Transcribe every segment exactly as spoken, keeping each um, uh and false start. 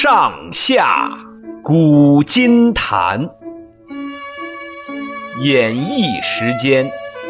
上下古今谈，演绎时间。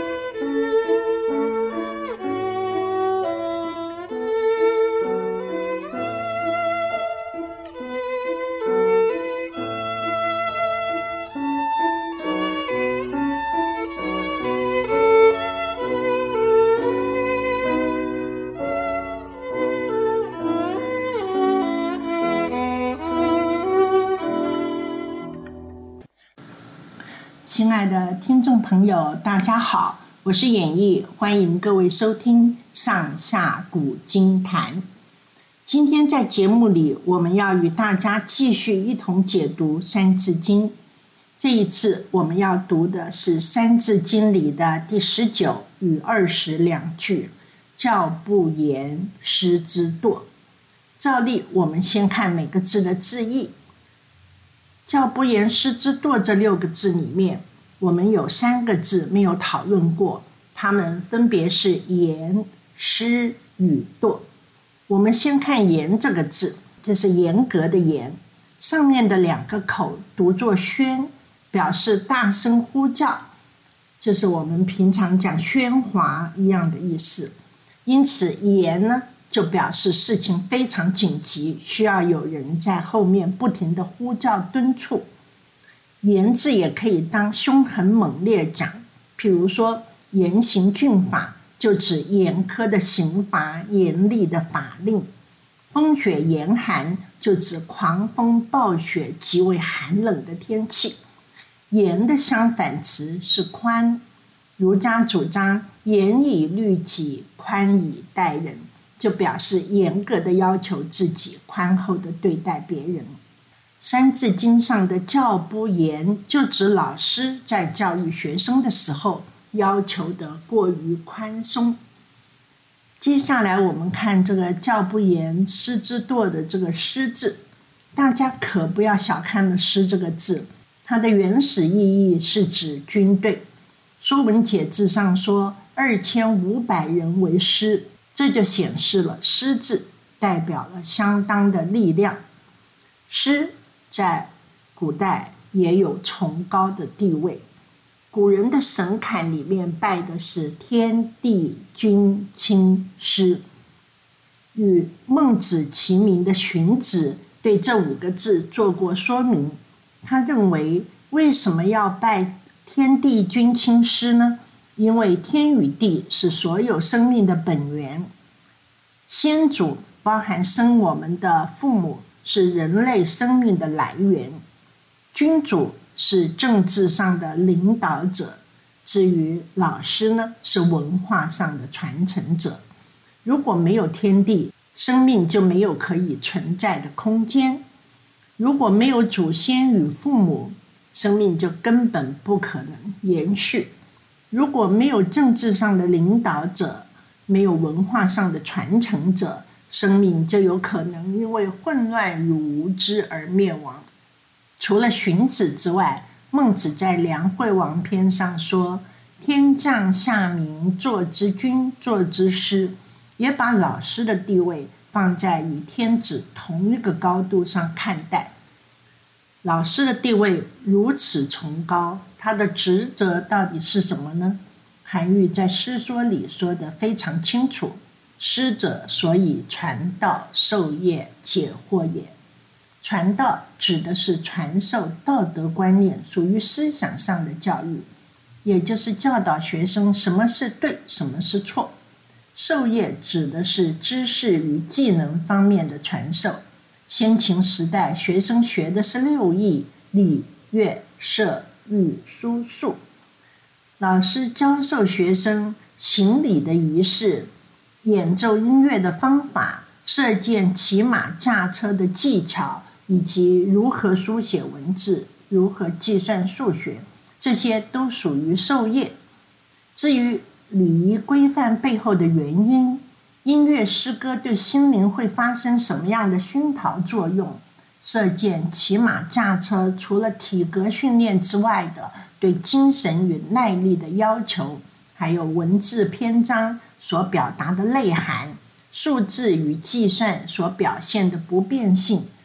亲爱的听众朋友，大家好，我是演绎，欢迎各位收听上下古今谈。今天在节目里，我们要与大家继续一同解读三字经。这一次我们要读的是三字经里的第十九与二十两句，教不严，师之惰。照例我们先看每个字的字义。教不严，师之惰这六个字里面，我们有三个字没有讨论过，它们分别是严、师与惰。我们先看严这个字，这是严格的严，上面的两个口读作宣，表示大声呼叫，这是我们平常讲喧哗一样的意思。因此严呢，就表示事情非常紧急，需要有人在后面不停地呼叫敦促。严字也可以当凶狠猛烈讲，譬如说严刑峻法，就指严苛的刑罚、严厉的法令。风雪严寒，就指狂风暴雪、极为寒冷的天气。严的相反词是宽，儒家主张严以律己，宽以待人，就表示严格的要求自己，宽厚的对待别人。三字经上的教不严，就指老师在教育学生的时候要求的过于宽松。接下来我们看这个教不严，师之惰的这个师字，大家可不要小看了师这个字，它的原始意义是指军队。说文解字上说二千五百人为师，这就显示了师字代表了相当的力量。师在古代也有崇高的地位，古人的神龛里面拜的是天地君亲师。与孟子齐名的荀子对这五个字做过说明，他认为为什么要拜天地君亲师呢？因为天与地是所有生命的本源，先祖包含生我们的父母是人类生命的来源，君主是政治上的领导者，至于老师呢，是文化上的传承者。如果没有天地，生命就没有可以存在的空间；如果没有祖先与父母，生命就根本不可能延续；如果没有政治上的领导者，没有文化上的传承者，生命就有可能因为混乱与无知而灭亡。除了荀子之外，孟子在《梁惠王篇》上说天降下民，作之君，作之师，也把老师的地位放在与天子同一个高度上看待。老师的地位如此崇高，他的职责到底是什么呢？韩愈在诗说里说得非常清楚，师者，所以传道授业解惑也。传道指的是传授道德观念，属于思想上的教育，也就是教导学生什么是对，什么是错。授业指的是知识与技能方面的传授。先秦时代，学生学的是六艺：礼、乐、射、御、书、数。老师教授学生行礼的仪式，演奏音乐的方法，射箭、骑马、驾车的技巧，以及如何书写文字，如何计算数学，这些都属于授业。至于礼仪规范背后的原因，音乐诗歌对心灵会发生什么样的熏陶作用，射箭、骑马、驾车，除了体格训练之外的对精神与耐力的要求，还有文字篇章所表达的内涵，数字与计算所表现的不变性，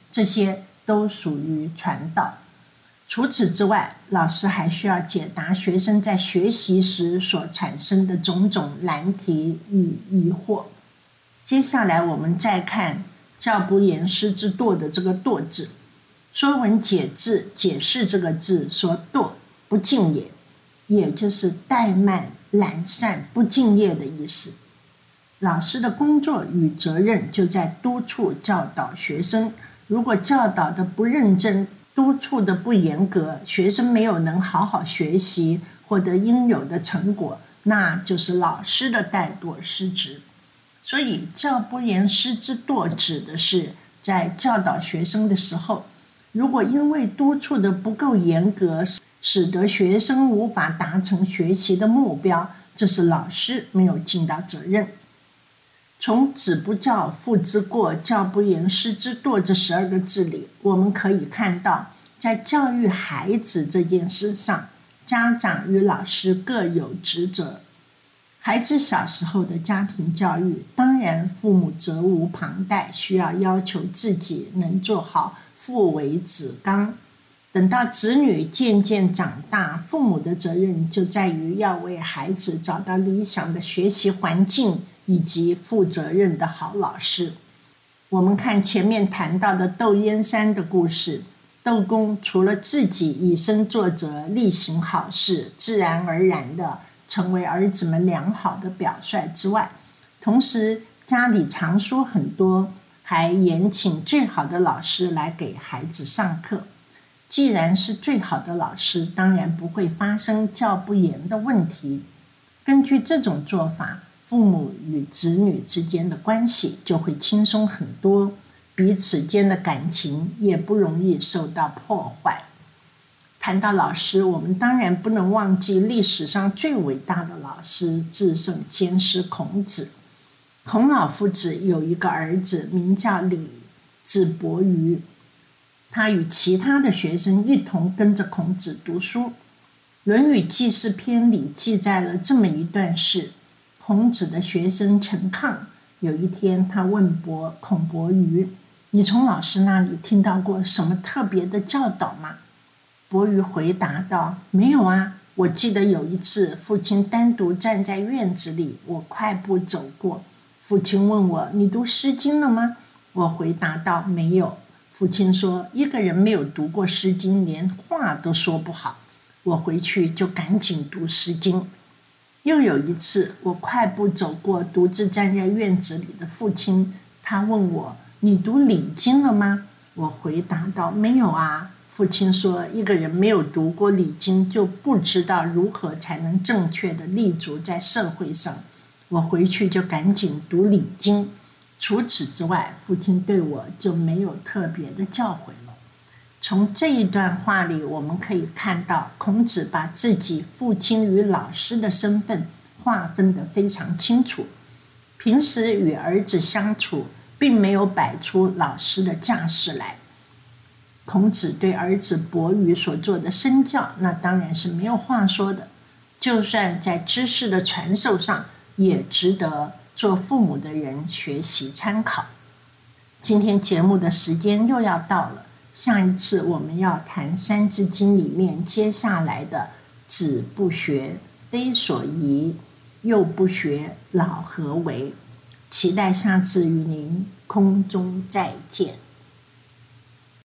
这些都属于传道。除此之外，老师还需要解答学生在学习时所产生的种种难题与疑惑。接下来我们再看教不严师之惰的这个惰字。说文解字解释这个字说，惰不敬也，也就是怠慢懒散不敬业的意思。老师的工作与责任就在督促教导学生，如果教导的不认真，督促的不严格，学生没有能好好学习，获得应有的成果，那就是老师的怠惰失职。所以教不严师之惰指的是在教导学生的时候，如果因为督促的不够严格，使得学生无法达成学习的目标，这是老师没有尽到责任。从子不教父之过，教不严师之惰这十二个字里，我们可以看到，在教育孩子这件事上，家长与老师各有职责。孩子小时候的家庭教育，当然父母责无旁贷，需要要求自己能做好父为子纲。等到子女渐渐长大，父母的责任就在于要为孩子找到理想的学习环境以及负责任的好老师。我们看前面谈到的窦燕山的故事，窦公除了自己以身作则，力行好事，自然而然的成为儿子们良好的表率之外，同时家里藏书很多，还严请最好的老师来给孩子上课。既然是最好的老师，当然不会发生教不严的问题。根据这种做法，父母与子女之间的关系就会轻松很多，彼此间的感情也不容易受到破坏。谈到老师，我们当然不能忘记历史上最伟大的老师至圣先师孔子。孔老夫子有一个儿子名叫李，字伯鱼，他与其他的学生一同跟着孔子读书。《论语记事篇》里记载了这么一段事：孔子的学生陈亢有一天，他问伯孔伯鱼：“你从老师那里听到过什么特别的教导吗？”伯鱼回答道：“没有啊，我记得有一次父亲单独站在院子里，我快步走过，父亲问我：你读诗经了吗？我回答道：没有。父亲说：一个人没有读过诗经，连话都说不好。我回去就赶紧读诗经。又有一次，我快步走过独自站在院子里的父亲，他问我：你读礼经了吗？我回答道：没有啊。父亲说：一个人没有读过礼经，就不知道如何才能正确的立足在社会上。我回去就赶紧读礼经。除此之外，父亲对我就没有特别的教诲了。从这一段话里，我们可以看到孔子把自己父亲与老师的身份划分得非常清楚。平时与儿子相处，并没有摆出老师的架势来。孔子对儿子伯鱼所做的身教，那当然是没有话说的。就算在知识的传授上，也值得做父母的人学习参考。今天节目的时间又要到了，下一次我们要谈《三字经》里面接下来的子不学，非所宜；幼不学，老何为？期待下次与您空中再见。